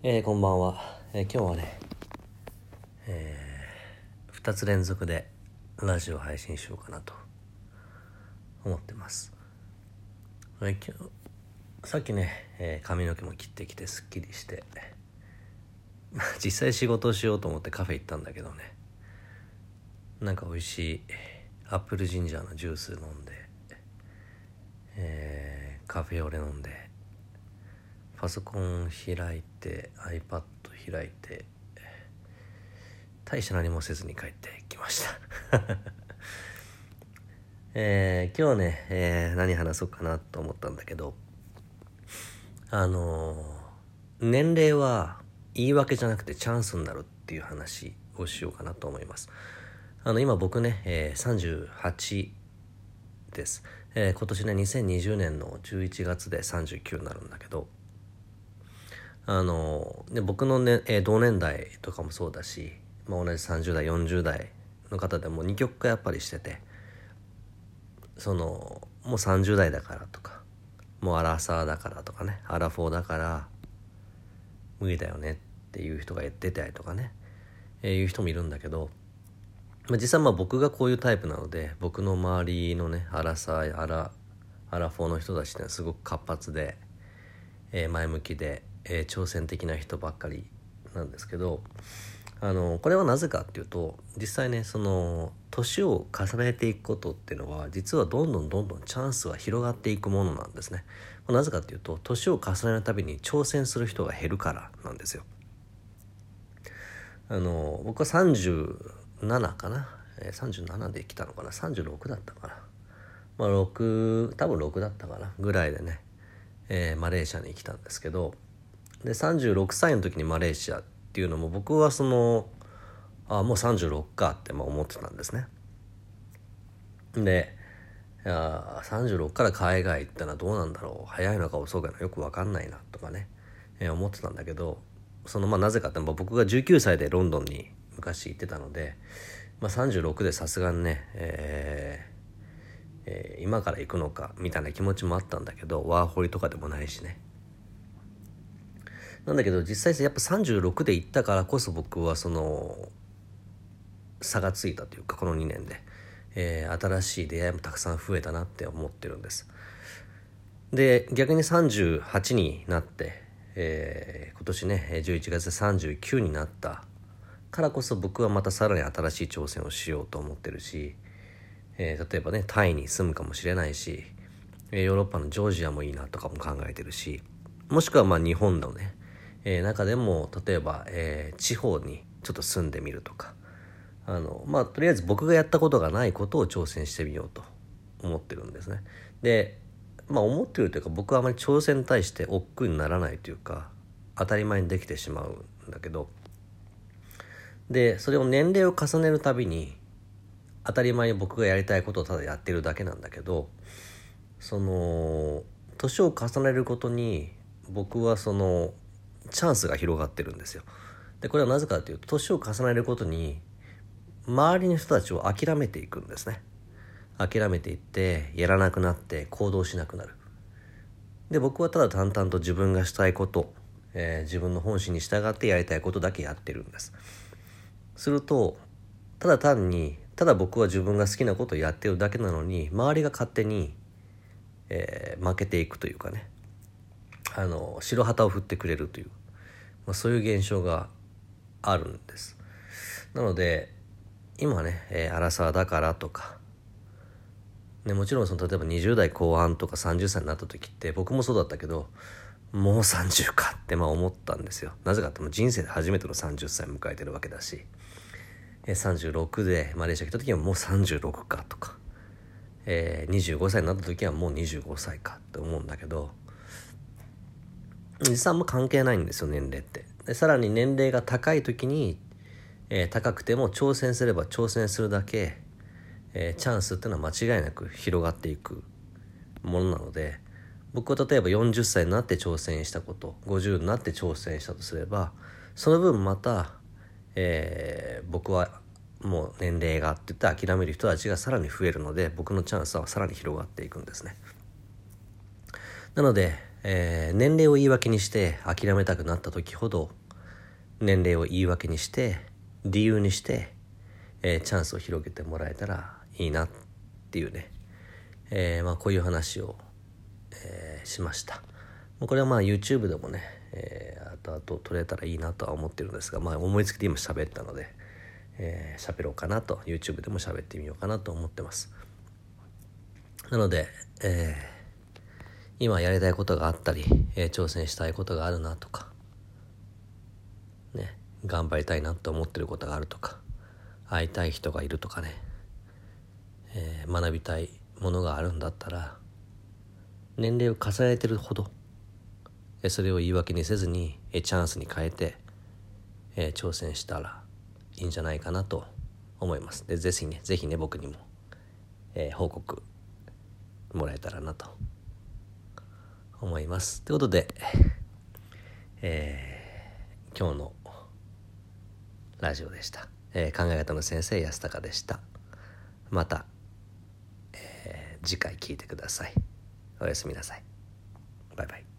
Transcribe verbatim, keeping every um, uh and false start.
えー、こんばんは、えー、今日はね、えー、ふたつ連続でラジオ配信しようかなと思ってます。えー、今日さっきね、えー、髪の毛も切ってきてすっきりして実際仕事をしようと思ってカフェ行ったんだけどね、なんか美味しいアップルジンジャーのジュース飲んで、えー、カフェオレ飲んでパソコン開いて iPad 開いて大して何もせずに帰ってきましたえー、今日はね、えー、何話そうかなと思ったんだけど、あのー、年齢は言い訳じゃなくてチャンスになるっていう話をしようかなと思います。あの今僕ね、えー、さんじゅうはちです、えー、今年ねにせんにじゅうねんのじゅういちがつでさんじゅうきゅうになるんだけど、あのー、で僕の、ねえー、同年代とかもそうだし、まあ、同じさんじゅう代よんじゅう代の方でも二極化やっぱりしてて、そのもうさんじゅう代だからとか、もうアラサーだからとかね、アラフォーだから無理だよねっていう人が出たりとかね、えー、いう人もいるんだけど、まあ、実際まあ僕がこういうタイプなので、僕の周りのねアラサーアラアラフォーの人たちってのはすごく活発で、えー、前向きで、えー、挑戦的な人ばっかりなんですけど、あのこれはなぜかっていうと、実際ねその年を重ねていくことっていうのは実はどんどんどんどんチャンスは広がっていくものなんですね。なぜかっていうと、年を重ねるたびに挑戦する人が減るからなんですよ。あの僕はさんじゅうななかな、えー、さんじゅうななで来たのかな、さんじゅうろくだったかな、まあろく多分ろくだったかなぐらいでね、えー、マレーシアに来たんですけど、でさんじゅうろくさいの時にマレーシアっていうのも、僕はそのあもうさんじゅうろくかってまあ思ってたんですね。でいやさんじゅうろくから海外行ったらどうなんだろう、早いのか遅いのかよく分かんないなとかね、えー、思ってたんだけど、そのまあなぜかって、まあ、僕がじゅうきゅうさいでロンドンに昔行ってたので、まあ、さんじゅうろくでさすがにね、えーえー、今から行くのかみたいな気持ちもあったんだけど、ワーホリとかでもないしね。なんだけど実際やっぱさんじゅうろくで行ったからこそ、僕はその差がついたというか、このにねんで、えー、新しい出会いもたくさん増えたなって思ってるんです。で逆にさんじゅうはちになって、えー、今年ねじゅういちがつでさんじゅうきゅうになったからこそ、僕はまたさらに新しい挑戦をしようと思ってるし、えー、例えばねタイに住むかもしれないし、ヨーロッパのジョージアもいいなとかも考えてるし、もしくはまあ日本のね、えー、中でも例えば、えー、地方にちょっと住んでみるとか、あのまあとりあえず僕がやったことがないことを挑戦してみようと思ってるんですね。でまあ思ってるというか、僕はあまり挑戦に対して億劫にならないというか、当たり前にできてしまうんだけど、でそれを年齢を重ねるたびに当たり前に僕がやりたいことをただやってるだけなんだけど、その年を重ねることに僕はそのチャンスが広がってるんですよ。でこれはなぜかというと、年を重ねることに周りの人たちを諦めていくんですね。諦めていってやらなくなって行動しなくなる。で僕はただ淡々と自分がしたいこと、えー、自分の本心に従ってやりたいことだけやってるんです。するとただ単にただ僕は自分が好きなことをやってるだけなのに、周りが勝手に、えー、負けていくというかね、あの白旗を振ってくれるという、まあ、そういう現象があるんです。なので今ね、えー、アラサーだからとか、ね、もちろんその例えばにじゅう代後半とかさんじゅっさいになった時って、僕もそうだったけど、もうさんじゅうかってまあ思ったんですよ。なぜかってもう人生で初めてのさんじゅっさい迎えてるわけだし、えー、さんじゅうろくでマレーシア来た時はもうさんじゅうろくかとか、えー、にじゅうごさいになった時はもうにじゅうごさいかって思うんだけど、実はあんま関係ないんですよ、年齢って。でさらに年齢が高い時に、えー、高くても挑戦すれば挑戦するだけ、えー、チャンスっていうのは間違いなく広がっていくものなので、僕は例えばよんじゅっさいになって挑戦したこと、ごじゅうになって挑戦したとすれば、その分また、えー、僕はもう年齢がって言って諦める人たちがさらに増えるので、僕のチャンスはさらに広がっていくんですね。なので、 えー、年齢を言い訳にして諦めたくなった時ほど年齢を言い訳にして理由にして、えー、チャンスを広げてもらえたらいいなっていうね、えーまあ、こういう話を、えーしました。これはまあ YouTube でもね、えー、後々撮れたらいいなとは思ってるんですが、まあ、思いつきで今喋ったので、えー、喋ろうかなと YouTube でも喋ってみようかなと思ってます。なので、えー、今やりたいことがあったり、えー、挑戦したいことがあるなとかね、頑張りたいなと思ってることがあるとか、会いたい人がいるとかね、えー、学びたいものがあるんだったら、年齢を重ねてるほどそれを言い訳にせずにチャンスに変えて、えー、挑戦したらいいんじゃないかなと思います。でぜひねぜひね僕にも、えー、報告もらえたらなと思います。ということで、えー、今日のラジオでした。えー、考え方の先生安高でした。また、えー、次回聞いてください。おやすみなさい。バイバイ。